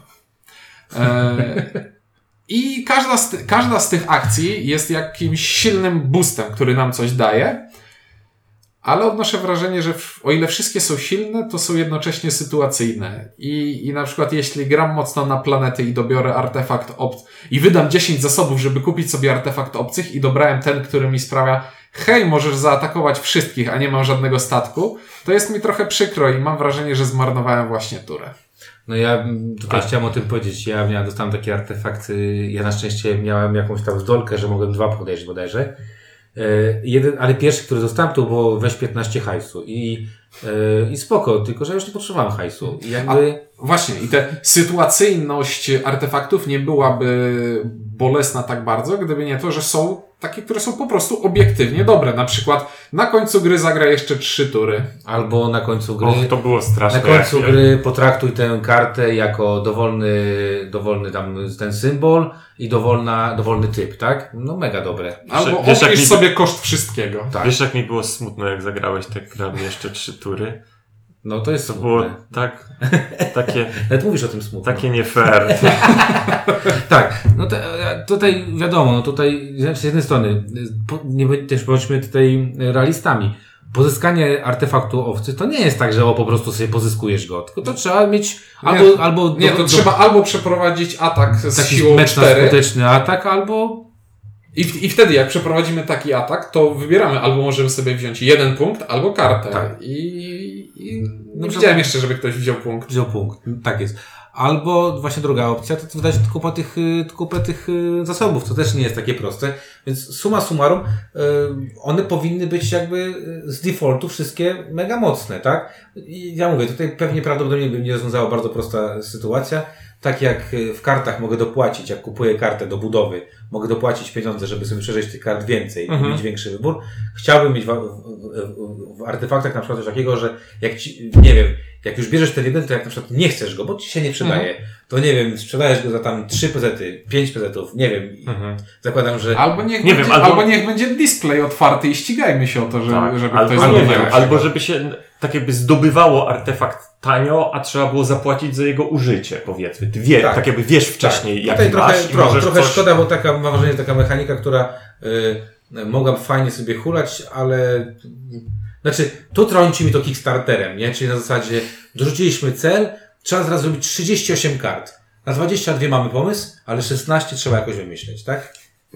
I każda z tych akcji jest jakimś silnym boostem, który nam coś daje, ale odnoszę wrażenie, że o ile wszystkie są silne, to są jednocześnie sytuacyjne. I na przykład jeśli gram mocno na planety i dobiorę artefakt i wydam 10 zasobów, żeby kupić sobie artefakt obcych i dobrałem ten, który mi sprawia hej, możesz zaatakować wszystkich, a nie mam żadnego statku, to jest mi trochę przykro i mam wrażenie, że zmarnowałem właśnie turę. No ja tutaj chciałem o tym powiedzieć. Ja dostałem takie artefakty. Ja na szczęście miałem jakąś tam zdolkę, że mogłem 2 podejść bodajże. Ale pierwszy, który dostałem, to było weź 15 hajsu. I spoko, tylko że już nie potrzebowałem hajsu. I właśnie, i ta sytuacyjność artefaktów nie byłaby bolesna tak bardzo, gdyby nie to, że są takie, które są po prostu obiektywnie dobre. Na przykład na końcu gry zagra jeszcze 3 tury. Albo na końcu gry... to było straszne. Na końcu gry potraktuj tę kartę jako dowolny tam ten symbol i dowolny typ, tak? No mega dobre. Albo obniż sobie koszt wszystkiego. Tak. Wiesz, jak mi było smutno, jak zagrałeś tak jeszcze 3 tury? No to jest to było tak, takie... Nawet mówisz o tym smutno. Takie nie fair. Tak, no tutaj wiadomo, no tutaj z jednej strony też bądźmy tutaj realistami. Pozyskanie artefaktu obcych to nie jest tak, że po prostu sobie pozyskujesz go, tylko to trzeba mieć trzeba albo przeprowadzić atak z siłą 4. Skuteczny atak, albo... I wtedy jak przeprowadzimy taki atak, to wybieramy albo możemy sobie wziąć 1 punkt, albo kartę. Tak. I nie widziałem jeszcze, żeby ktoś wziął punkt. Tak jest. Albo właśnie druga opcja, to wydać kupę tych zasobów, co też nie jest takie proste, Więc summa summarum, one powinny być jakby z defaultu wszystkie mega mocne, tak? I ja mówię, tutaj pewnie prawdopodobnie by mnie rozwiązała bardzo prosta sytuacja. Tak jak w kartach mogę dopłacić, jak kupuję kartę do budowy, mogę dopłacić pieniądze, żeby sobie przeżyć tych kart więcej i mieć większy wybór. Chciałbym mieć w artefaktach na przykład coś takiego, że jak ci, nie wiem, jak już bierzesz ten jeden, to jak na przykład nie chcesz go, bo ci się nie przydaje, to nie wiem, sprzedajesz go za tam 3 pezety, 5 pezetów, nie wiem. Zakładam, że... Albo niech będzie display otwarty i ścigajmy się o to, żeby ktoś albo żeby się tak jakby zdobywało artefakt tanio, a trzeba było zapłacić za jego użycie, powiedzmy. Ty tak jakby wiesz wcześniej, jak trochę szkoda, bo mam wrażenie, taka mechanika, która mogłaby fajnie sobie hulać, ale... Znaczy, tu trąci mi to Kickstarterem, nie? Czyli na zasadzie dorzuciliśmy cel, trzeba teraz zrobić 38 kart. Na 22 mamy pomysł, ale 16 trzeba jakoś wymyśleć, tak?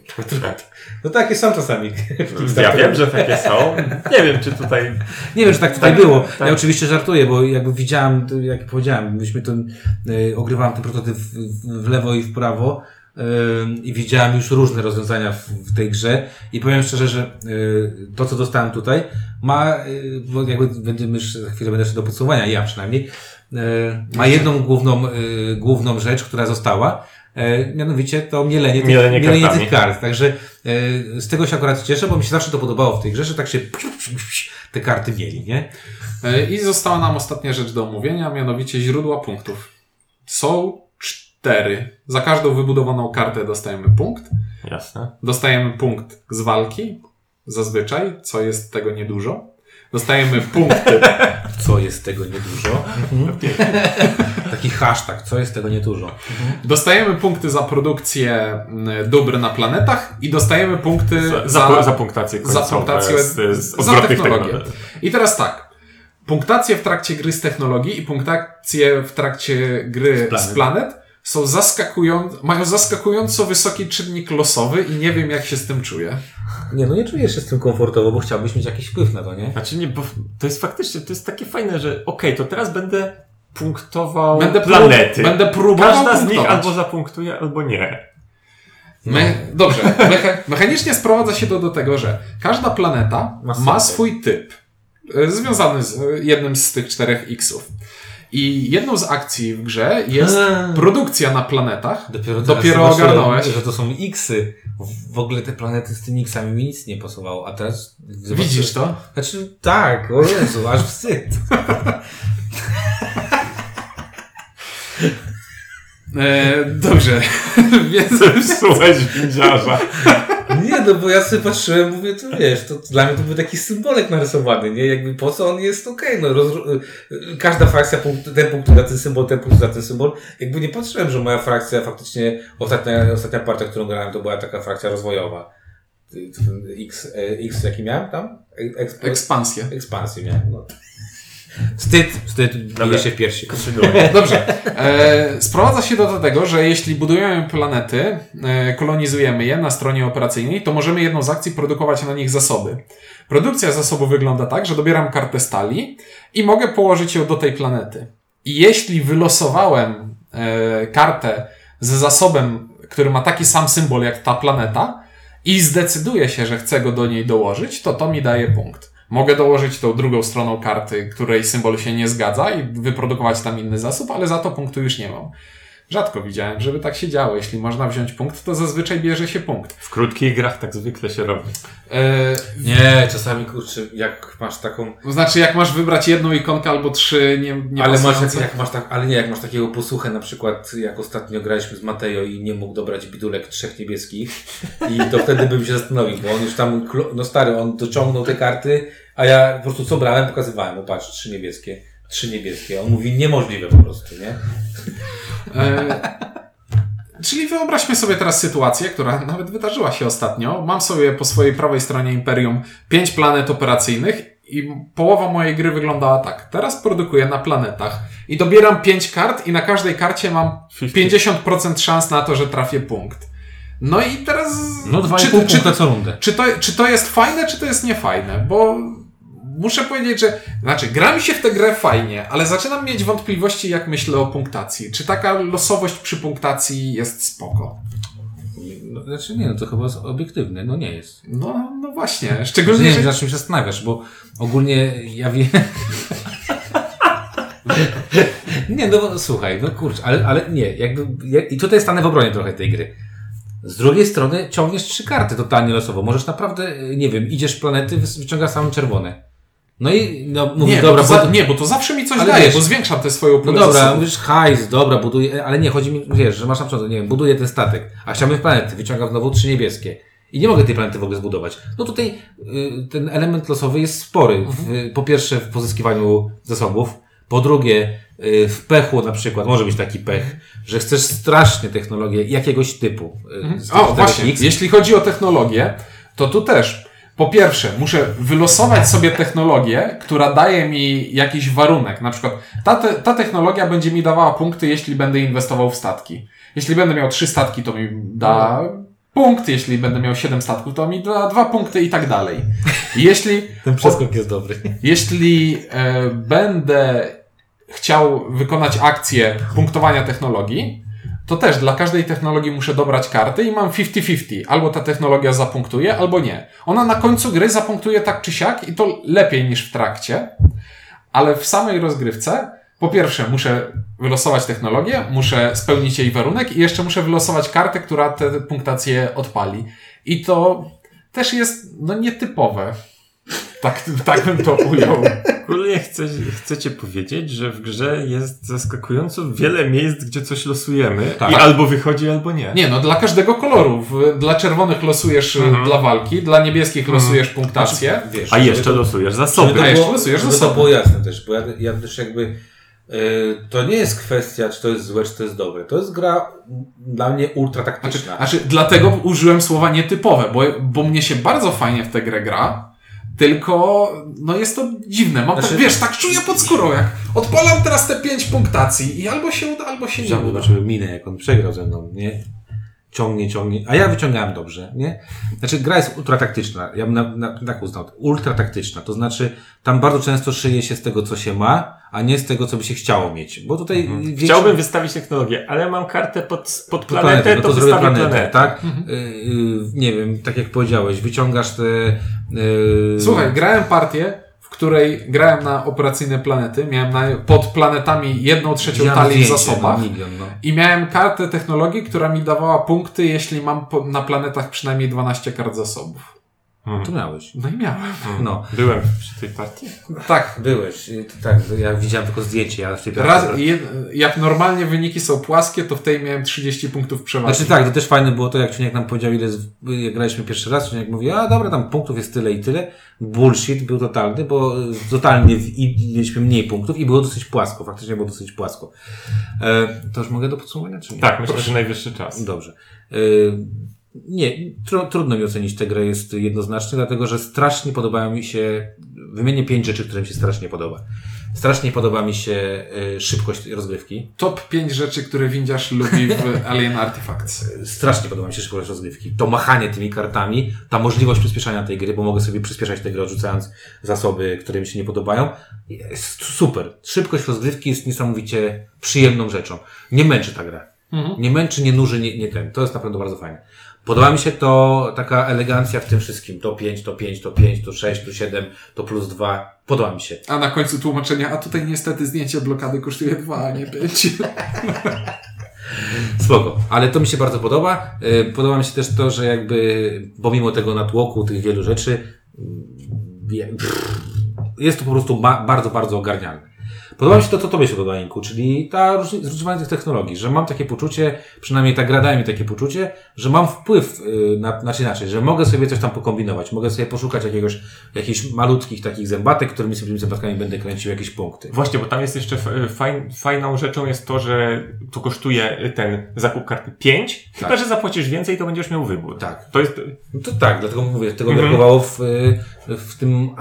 No takie są czasami. Ja wiem, że takie są. Nie wiem, czy tutaj... Nie wiem, czy tak tutaj było. Tak. Ja oczywiście żartuję, bo jakby widziałem, jak powiedziałem, myśmy to ogrywałem ten prototyp w lewo i w prawo i widziałem już różne rozwiązania w tej grze i powiem szczerze, że to, co dostałem tutaj ma, bo jakby będziemy za chwilę będę jeszcze do podsumowania, ja przynajmniej, ma jedną główną rzecz, która została, mianowicie to mielenie tych kart. Także z tego się akurat cieszę, bo mi się zawsze to podobało w tej grze, że tak się te karty mieli, nie? I została nam ostatnia rzecz do omówienia, mianowicie źródła punktów. Są 4. Za każdą wybudowaną kartę dostajemy punkt. Jasne. Dostajemy punkt z walki, zazwyczaj, co jest tego niedużo. Dostajemy punkty. Co jest tego niedużo? Taki hashtag, co jest tego niedużo? Dostajemy punkty za produkcję dóbr na planetach i dostajemy punkty za punktację końcową. Za punktację za technologię. I teraz tak. Punktacje w trakcie gry z technologii i punktacje w trakcie gry z planet są mają zaskakująco wysoki czynnik losowy i nie wiem, jak się z tym czuję. Nie czujesz się z tym komfortowo, bo chciałbyś mieć jakiś wpływ na to, nie? Znaczy nie, bo to jest faktycznie, to jest takie fajne, że to teraz będę punktował planety. Będę próbował Każda punktować. z nich albo zapunktuje, albo nie. Dobrze. Mechanicznie sprowadza się to do tego, że każda planeta ma swój typ. Związany z jednym z tych 4 X-ów. I jedną z akcji w grze jest produkcja na planetach. Dopiero ogarnąłeś. Że to są X-y. W ogóle te planety z tymi X-ami mi nic nie pasowało. A teraz... Widzisz to? Znaczy, tak. O Jezu, aż wstyd. Dobrze. Więc słuchaj windziarza. Nie, no bo ja sobie patrzyłem, mówię, to wiesz, to dla mnie to był taki symbolek narysowany, nie? Jakby po co on jest okej, każda frakcja, ten punkt za ten symbol, ten punkt za ten symbol. Jakby nie patrzyłem, że moja frakcja faktycznie, ostatnia partia, którą grałem, to była taka frakcja rozwojowa. X jaki miałem tam? Ekspansję miałem, no. Wstyd, bije się w piersi. Dobrze. Sprowadza się do tego, że jeśli budujemy planety, kolonizujemy je na stronie operacyjnej, to możemy jedną z akcji produkować na nich zasoby. Produkcja zasobu wygląda tak, że dobieram kartę stali i mogę położyć ją do tej planety. I jeśli wylosowałem kartę z zasobem, który ma taki sam symbol jak ta planeta i zdecyduję się, że chcę go do niej dołożyć, to mi daje punkt. Mogę dołożyć tą drugą stroną karty, której symbol się nie zgadza i wyprodukować tam inny zasób, ale za to punktu już nie mam. Rzadko widziałem, żeby tak się działo. Jeśli można wziąć punkt, to zazwyczaj bierze się punkt. W krótkich grach tak zwykle się robi. Nie, czasami kurczę, jak masz taką... Znaczy, jak masz wybrać jedną ikonkę albo 3, nie ale jak masz takiego posłuchę, na przykład jak ostatnio graliśmy z Mateo i nie mógł dobrać bidulek 3 niebieskich i to wtedy bym się zastanowił, bo on już tam, on dociągnął te karty, a ja po prostu co brałem, pokazywałem mu, patrz, 3 niebieskie. On mówi, niemożliwe po prostu, nie? Czyli wyobraźmy sobie teraz sytuację, która nawet wydarzyła się ostatnio. Mam sobie po swojej prawej stronie imperium 5 planet operacyjnych i połowa mojej gry wyglądała tak. Teraz produkuję na planetach i dobieram 5 kart i na każdej karcie mam 50% szans na to, że trafię punkt. No i teraz... No 2,5 punkta co rundę. Czy to jest fajne, czy to jest niefajne? Bo muszę powiedzieć, że... gra mi się w tę grę fajnie, ale zaczynam mieć wątpliwości, jak myślę o punktacji. Czy taka losowość przy punktacji jest spoko? znaczy nie, no to chyba jest obiektywne, no nie jest. No właśnie, Szczególnie, szczególnie, nie wiem, na czym się zastanawiasz, bo ogólnie ja wiem... Nie, no słuchaj, no kurczę, ale nie, i tutaj stanę w obronie trochę tej gry. Z drugiej strony ciągniesz 3 karty totalnie losowo. Możesz naprawdę, nie wiem, idziesz planety, wyciągasz same czerwone. No i mówisz, nie, dobra, bo to zawsze mi coś ale daje, wiesz, bo zwiększam te swoje no dobra, mówisz hajs, dobra, buduję, ale nie, chodzi mi, wiesz, że masz na przykład, nie wiem, buduję ten statek, a chciałbym w planety, wyciągam znowu 3 niebieskie. I nie mogę tej planety w ogóle zbudować. No tutaj ten element losowy jest spory. Po pierwsze w pozyskiwaniu zasobów, po drugie w pechu na przykład, może być taki pech, że chcesz strasznie technologię jakiegoś typu. O, właśnie, jeśli chodzi o technologię, to tu też. Po pierwsze, muszę wylosować sobie technologię, która daje mi jakiś warunek. Na przykład ta technologia będzie mi dawała punkty, jeśli będę inwestował w statki. Jeśli będę miał 3 statki, to mi da punkt. Jeśli będę miał 7 statków, to mi da 2 punkty i tak dalej. Jeśli ten przeskok jest dobry. Jeśli będę chciał wykonać akcję punktowania technologii, to też dla każdej technologii muszę dobrać karty i mam 50-50. Albo ta technologia zapunktuje, albo nie. Ona na końcu gry zapunktuje tak czy siak i to lepiej niż w trakcie, ale w samej rozgrywce po pierwsze muszę wylosować technologię, muszę spełnić jej warunek i jeszcze muszę wylosować kartę, która tę punktację odpali. I to też jest nietypowe. Tak bym to ujął. Ogólnie chcecie powiedzieć, że w grze jest zaskakująco wiele miejsc, gdzie coś losujemy i albo wychodzi, albo nie. Nie, dla każdego koloru. Dla czerwonych losujesz dla walki, dla niebieskich losujesz punktację. Wiesz, a jeszcze losujesz zasoby. Żeby to było jasne też, bo ja też jakby to nie jest kwestia, czy to jest złe, czy to jest dobre. To jest gra dla mnie ultra taktyczna. Dlatego użyłem słowa nietypowe, bo mnie się bardzo fajnie w tę grę gra. Tylko, jest to dziwne. Mam tak czuję pod skórą, jak odpalam teraz te 5 punktacji i albo się uda, albo się nie uda. Zobaczymy minę, jak on przegrał ze mną, nie? Ciągnie. A ja wyciągałem dobrze, nie? Znaczy, gra jest ultra taktyczna. Ja bym tak uznał. Ultra taktyczna. To znaczy, tam bardzo często szyje się z tego, co się ma, a nie z tego, co by się chciało mieć. Bo tutaj... Chciałbym wystawić technologię, ale mam kartę pod planetę, no to zrobię wystawię planetę, tak? Nie wiem, tak jak powiedziałeś, wyciągasz te... Słuchaj, grałem partię, w której grałem na operacyjne planety, miałem pod planetami 1/3 talii w zasobach i miałem kartę technologii, która mi dawała punkty, jeśli mam na planetach przynajmniej 12 kart zasobów. To miałeś. No i miałem. Byłem przy tej partii? Tak. Byłeś. Tak, ja widziałem tylko zdjęcie. Ja w tej jak normalnie wyniki są płaskie, to w tej miałem 30 punktów przewagi. Znaczy tak, to też fajne było to, jak Ciuniek nam powiedział, jak graliśmy pierwszy raz, Ciuniek mówi, dobra, tam punktów jest tyle i tyle. Bullshit był totalny, bo totalnie mieliśmy mniej punktów i było dosyć płasko. Faktycznie było dosyć płasko. To już mogę do podsumowania, czy nie? Tak, myślę, że najwyższy czas. Dobrze. Nie, trudno mi ocenić tę grę, jest jednoznacznie, dlatego że strasznie podobają mi się, wymienię 5 rzeczy, które mi się strasznie podoba. Strasznie podoba mi się szybkość rozgrywki. Top 5 rzeczy, które windziarz lubi w Alien Artifacts. Strasznie podoba mi się szybkość rozgrywki. To machanie tymi kartami, ta możliwość przyspieszania tej gry, bo mogę sobie przyspieszać tę grę, odrzucając zasoby, które mi się nie podobają. Jest super. Szybkość rozgrywki jest niesamowicie przyjemną rzeczą. Nie męczy ta gra. Nie męczy, nie nuży, nie ten. To jest naprawdę bardzo fajne. Podoba mi się to taka elegancja w tym wszystkim. To 5, to 5, to 5, to 6, to 7, to +2. Podoba mi się. A na końcu tłumaczenia, a tutaj niestety zdjęcie blokady kosztuje 2, a nie 5. Spoko. Ale to mi się bardzo podoba. Podoba mi się też to, że jakby pomimo tego natłoku, tych wielu rzeczy, jest to po prostu bardzo, bardzo ogarnialne. Podoba mi się to, co tobie się podoba, Inku, czyli ta zużywanie tych technologii, że mam takie poczucie, przynajmniej ta gra daje mi takie poczucie, że mam wpływ, inaczej, że mogę sobie coś tam pokombinować, mogę sobie poszukać jakichś malutkich takich zębatek, którymi sobie tymi zębatkami będę kręcił jakieś punkty. Właśnie, bo tam jest jeszcze fajną rzeczą jest to, że to kosztuje ten zakup karty 5, chyba że zapłacisz więcej, to będziesz miał wybór. Tak. To jest... No to tak, dlatego mówię, tego brakowało w tym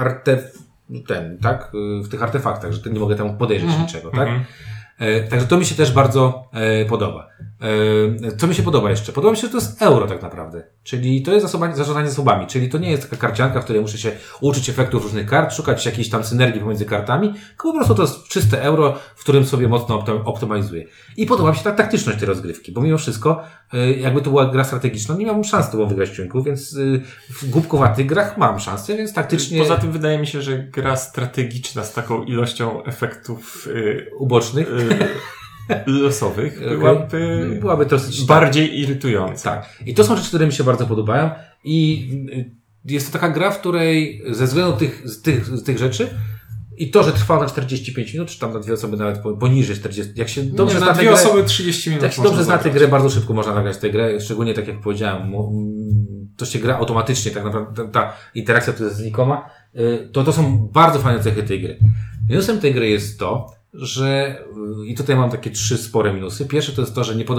w tych artefaktach, że nie mogę tam podejrzeć niczego, tak? Także to mi się też bardzo podoba. Co mi się podoba jeszcze? Podoba mi się, że to jest euro tak naprawdę. Czyli to jest zarządzanie zasobami. Czyli to nie jest taka karcianka, w której muszę się uczyć efektów różnych kart, szukać jakiejś tam synergii pomiędzy kartami, tylko po prostu to jest czyste euro, w którym sobie mocno optymalizuję. I podoba mi się ta taktyczność tej rozgrywki, bo mimo wszystko, jakby to była gra strategiczna, nie miałbym szans to wygrać w ciągu, więc w głupkowatych grach mam szansę, więc taktycznie... Poza tym wydaje mi się, że gra strategiczna z taką ilością efektów ubocznych. Losowych byłaby dosyć bardziej irytująca. Tak. I to są rzeczy, które mi się bardzo podobają i jest to taka gra, w której ze względu tych rzeczy i to, że trwa na 45 minut, czy tam na dwie osoby nawet poniżej 40, jak się dobrze na dwie osoby 30 minut. Jak się dobrze zna tę grę, bardzo szybko można nagrać tę grę, szczególnie tak jak powiedziałem, to się gra automatycznie, tak naprawdę ta interakcja to jest znikoma, to są bardzo fajne cechy tej gry. Minusem tej gry jest to, że i tutaj mam takie 3 spore minusy. Pierwsze to jest to, że nie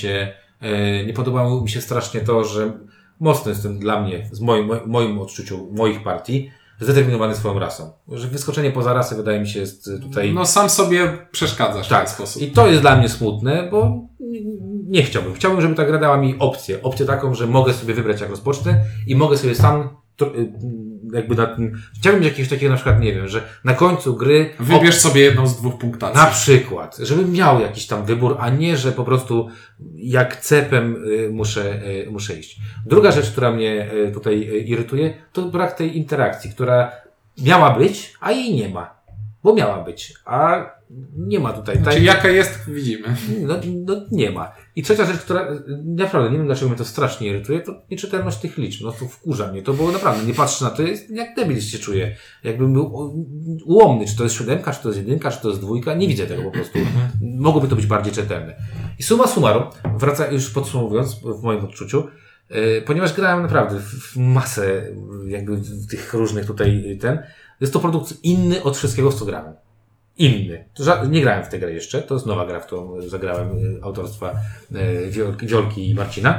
podobało mi się strasznie to, że mocno jestem dla mnie, z moim odczuciu moich partii, zdeterminowany swoją rasą. Że wyskoczenie poza rasę wydaje mi się jest tutaj... No sam sobie przeszkadzasz w ten sposób. I to jest dla mnie smutne, bo nie chciałbym. Chciałbym, żeby ta gra dała mi opcję. Opcję taką, że mogę sobie wybrać jak rozpocznę i mogę sobie sam jakby chciałbym mieć jakiegoś takiego na przykład, nie wiem, że na końcu gry... Wybierz sobie jedną z 2 punktacji. Na przykład. Żebym miał jakiś tam wybór, a nie, że po prostu jak cepem muszę iść. Druga rzecz, która mnie tutaj irytuje, to brak tej interakcji, która miała być, a jej nie ma. Bo miała być, a nie ma tutaj. Znaczy jaka jest, widzimy. No nie ma. I trzecia rzecz, która naprawdę, nie wiem dlaczego mnie to strasznie irytuje, to nieczytelność tych liczb. No to wkurza mnie. To było naprawdę, nie patrzę na to, jak debil się czuję. Jakbym był ułomny, czy to jest 7, czy to jest 1, czy to jest 2, nie widzę tego po prostu. Mogłoby to być bardziej czytelne. I summa summarum, już podsumowując w moim odczuciu, ponieważ grałem naprawdę w masę jakby tych różnych tutaj jest to produkt inny od wszystkiego, w co grałem. Inny. Nie grałem w tę grę jeszcze. To jest nowa gra, w którą zagrałem autorstwa Wiolki i Marcina.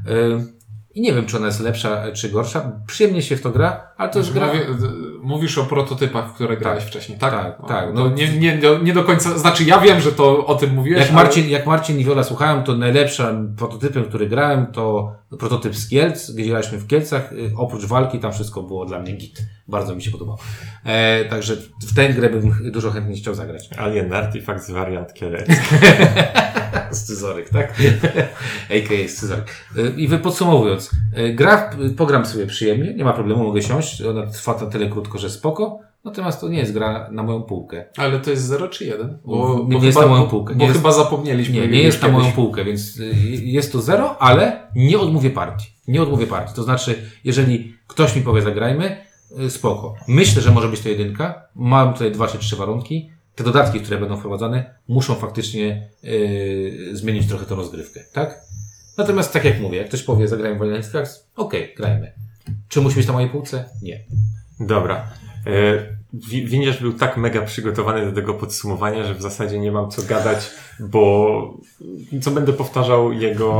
I nie wiem, czy ona jest lepsza, czy gorsza. Przyjemnie się w to gra, ale to jest gra... Mówisz o prototypach, w które grałeś wcześniej, tak? Tak. No, nie do końca... Znaczy, ja wiem, że to o tym mówiłeś, Jak Marcin i Wiola słuchałem, to najlepszym prototypem, który grałem, to prototyp z Kielc, gdzie graliśmy w Kielcach. Oprócz walki, tam wszystko było dla mnie git. Bardzo mi się podobało. Także w tę grę bym dużo chętnie chciał zagrać. Alien Artifact z wariant kielecki. Scyzoryk, tak? A.k.a. Scyzoryk. I podsumowując, pogram sobie przyjemnie, nie ma problemu, mogę siąść, ona trwa na tyle krótko, że spoko, natomiast to nie jest gra na moją półkę. Ale to jest 0 czy 1? Bo nie jest na moją półkę. Bo chyba zapomnieliśmy. Nie jest na moją półkę, więc jest to 0, ale nie odmówię partii. Nie odmówię partii. To znaczy, jeżeli ktoś mi powie zagrajmy, spoko. Myślę, że może być to 1. Mam tutaj 2 czy 3 warunki. Te dodatki, które będą wprowadzane, muszą faktycznie zmienić trochę tą rozgrywkę, tak? Natomiast tak jak mówię, jak ktoś powie, zagrajmy w Alien Artifact, okej, grajmy. Czy musi być na mojej półce? Nie. Dobra. Windziarz był tak mega przygotowany do tego podsumowania, że w zasadzie nie mam co gadać, bo co będę powtarzał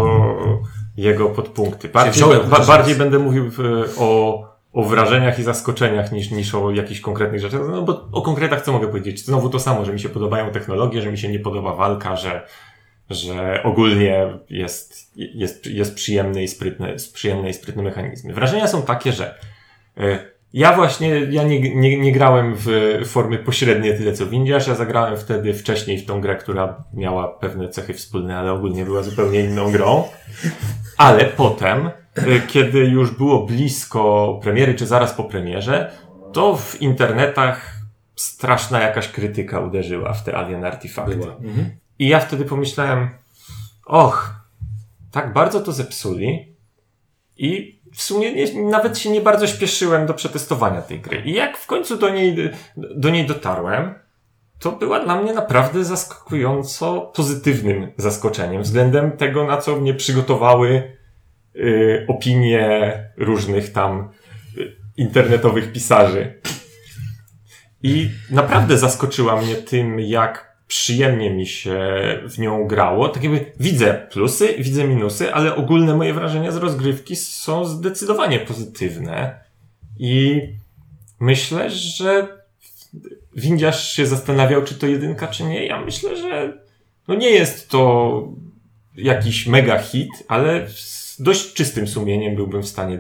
jego podpunkty. Bardziej będę mówił o wrażeniach i zaskoczeniach niż o jakichś konkretnych rzeczach. No bo o konkretach co mogę powiedzieć? Znowu to samo, że mi się podobają technologie, że mi się nie podoba walka, że ogólnie jest przyjemny i sprytny mechanizmy. Wrażenia są takie, że ja nie grałem w formy pośrednie tyle co Windziarz, ja zagrałem wtedy wcześniej w tą grę, która miała pewne cechy wspólne, ale ogólnie była zupełnie inną grą. Ale potem, kiedy już było blisko premiery, czy zaraz po premierze, to w internetach straszna jakaś krytyka uderzyła w te Alien Artifacty. I ja wtedy pomyślałem, tak bardzo to zepsuli i w sumie nawet się nie bardzo śpieszyłem do przetestowania tej gry. I jak w końcu do niej dotarłem, to była dla mnie naprawdę zaskakująco pozytywnym zaskoczeniem względem tego, na co mnie przygotowały opinie różnych tam internetowych pisarzy. I naprawdę zaskoczyła mnie tym, jak przyjemnie mi się w nią grało. Tak jakby widzę plusy, widzę minusy, ale ogólne moje wrażenia z rozgrywki są zdecydowanie pozytywne. I myślę, że Windziarz się zastanawiał, czy to 1, czy nie. Ja myślę, że nie jest to jakiś mega hit, ale z dość czystym sumieniem byłbym w stanie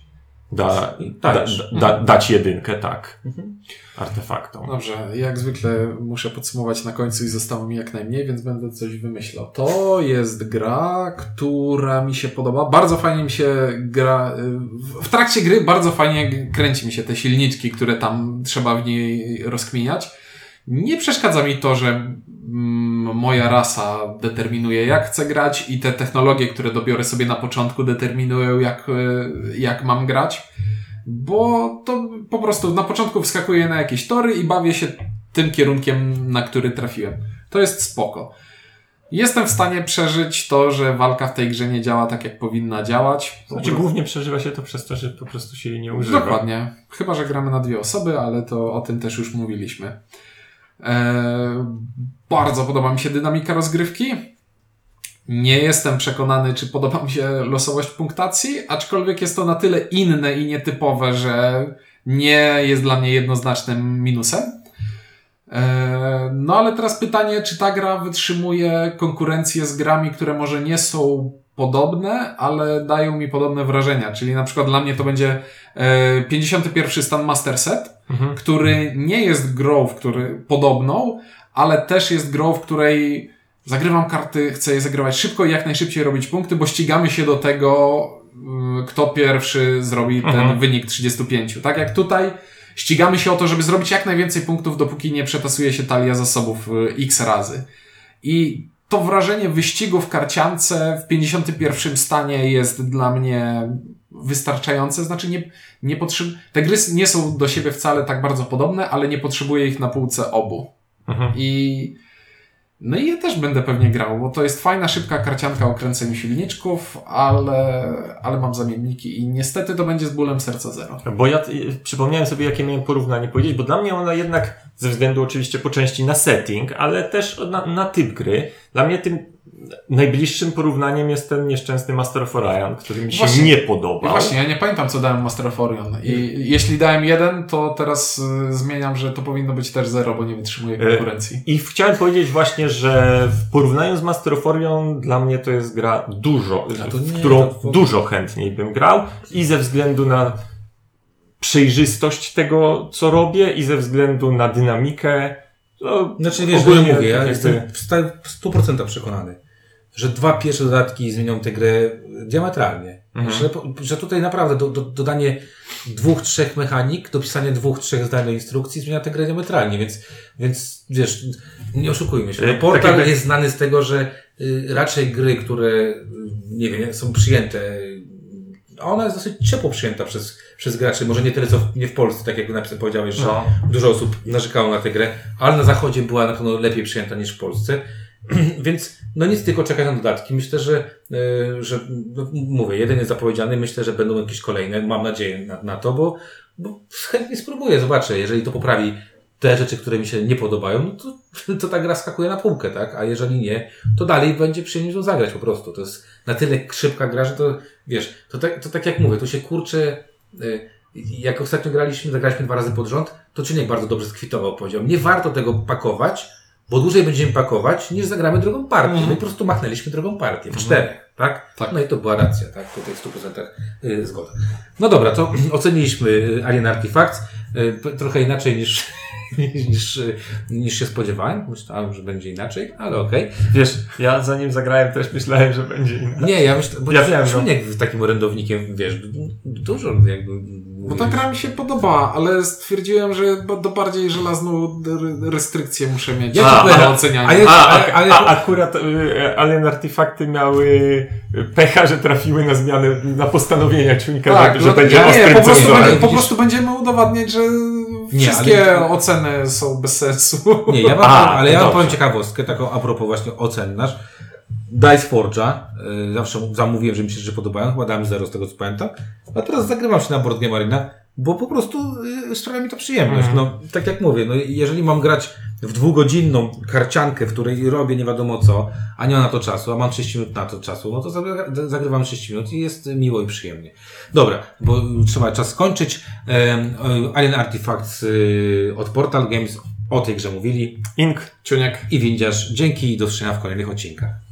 dać 1, tak. Artefaktom. Dobrze, jak zwykle muszę podsumować na końcu i zostało mi jak najmniej, więc będę coś wymyślał. To jest gra, która mi się podoba. Bardzo fajnie mi się gra. W trakcie gry bardzo fajnie kręci mi się te silniczki, które tam trzeba w niej rozkminiać. Nie przeszkadza mi to, że moja rasa determinuje, jak chcę grać i te technologie, które dobiorę sobie na początku, determinują, jak mam grać. Bo to po prostu na początku wskakuję na jakieś tory i bawię się tym kierunkiem, na który trafiłem. To jest spoko. Jestem w stanie przeżyć to, że walka w tej grze nie działa tak, jak powinna działać. Znaczy, głównie przeżywa się to przez to, że po prostu się jej nie używa. Dokładnie. Chyba że gramy na 2 osoby, ale to o tym też już mówiliśmy. Bardzo podoba mi się dynamika rozgrywki. Nie jestem przekonany, czy podoba mi się losowość punktacji, aczkolwiek jest to na tyle inne i nietypowe, że nie jest dla mnie jednoznacznym minusem. No ale teraz pytanie, czy ta gra wytrzymuje konkurencję z grami, które może nie są podobne, ale dają mi podobne wrażenia. Czyli na przykład dla mnie to będzie 51 Stan Master Set, który nie jest grą, podobną, ale też jest grą, w której zagrywam karty, chcę je zagrywać szybko i jak najszybciej robić punkty, bo ścigamy się do tego, kto pierwszy zrobi ten wynik 35. Tak jak tutaj ścigamy się o to, żeby zrobić jak najwięcej punktów, dopóki nie przetasuje się talia zasobów x razy. I to wrażenie wyścigu w karciance w 51 stanie jest dla mnie wystarczające. Znaczy te gry nie są do siebie wcale tak bardzo podobne, ale nie potrzebuję ich na półce obu. No i ja też będę pewnie grał, bo to jest fajna, szybka karcianka o kręceniu silniczków, ale mam zamienniki i niestety to będzie z bólem serca 0. Bo ja przypomniałem sobie, jakie miałem porównanie powiedzieć, bo dla mnie ona jednak, ze względu oczywiście po części na setting, ale też na typ gry, dla mnie tym najbliższym porównaniem jest ten nieszczęsny Master of Orion, który mi się nie podobał. Właśnie, ja nie pamiętam, co dałem Master of Orion. I jeśli dałem 1, to teraz zmieniam, że to powinno być też 0, bo nie wytrzymuje konkurencji. I chciałem powiedzieć właśnie, że w porównaniu z Master of Orion dla mnie to jest gra w którą dużo chętniej bym grał i ze względu na przejrzystość tego, co robię i ze względu na dynamikę. Znaczy wiesz, że ja mówię, ja jestem w 100% przekonany, że 2 pierwsze dodatki zmienią tę grę diametralnie. Że tutaj naprawdę dodanie 2-3 mechanik, dopisanie 2-3 zdań instrukcji zmienia tę grę diametralnie, więc wiesz, nie oszukujmy się. Portal jest znany z tego, że raczej gry, które nie wiem, są przyjęte, ona jest dosyć ciepło przyjęta przez graczy, może nie tyle co nie w Polsce, tak jak powiedziałeś, że dużo osób narzekało na tę grę, ale na zachodzie była na pewno lepiej przyjęta niż w Polsce. Więc nic, tylko czekać na dodatki. Myślę, że mówię, jeden jest zapowiedziany, myślę, że będą jakieś kolejne, mam nadzieję na to, bo chętnie spróbuję, zobaczę, jeżeli to poprawi te rzeczy, które mi się nie podobają, to ta gra skakuje na półkę, tak? A jeżeli nie, to dalej będzie przyjemnie ją zagrać po prostu. To jest na tyle szybka gra, że to, wiesz, to tak jak mówię, to się kurczę, jak ostatnio zagraliśmy 2 razy pod rząd, to Ciuniek bardzo dobrze skwitował, powiedział, nie warto tego pakować, bo dłużej będziemy pakować, niż zagramy drugą partię. My po prostu machnęliśmy drugą partię w 4, tak? No i to była racja, tak? Tutaj w 100% zgoda. No dobra, to oceniliśmy Alien Artifacts. Trochę inaczej niż się spodziewałem. Myślałem, że będzie inaczej, ale okej. Wiesz, ja zanim zagrałem też myślałem, że będzie inaczej. Nie, ja myślę, bo ja Czuniek takim orędownikiem, wiesz, dużo jakby... Bo ta gra mi się podobała, ale stwierdziłem, że do bardziej żelazną restrykcję muszę mieć na ocenianie. Akurat Alien Artefakty miały pecha, że trafiły na zmianę, na postanowienia Czujnika, tak, że będzie ostrym cenzorem. Po prostu będziemy udowadniać, że wszystkie oceny są bez sensu. Nie, ja wam powiem ciekawostkę, taką a propos właśnie ocen nasz. Dice Forge'a, zawsze zamówiłem, że mi się rzeczy podobają, chyba dałem 0 z tego co pamiętam, a teraz zagrywam się na Board Game Arena, bo po prostu sprawia mi to przyjemność. No, tak jak mówię, jeżeli mam grać w 2-godzinną karciankę, w której robię nie wiadomo co, a nie ma na to czasu, a mam 30 minut na to czasu, no to zagrywam 30 minut i jest miło i przyjemnie. Dobra, bo trzeba czas skończyć. Alien Artifacts od Portal Games, o tej grze mówili Ink, Czuniek i Windziarz. Dzięki i do zobaczenia w kolejnych odcinkach.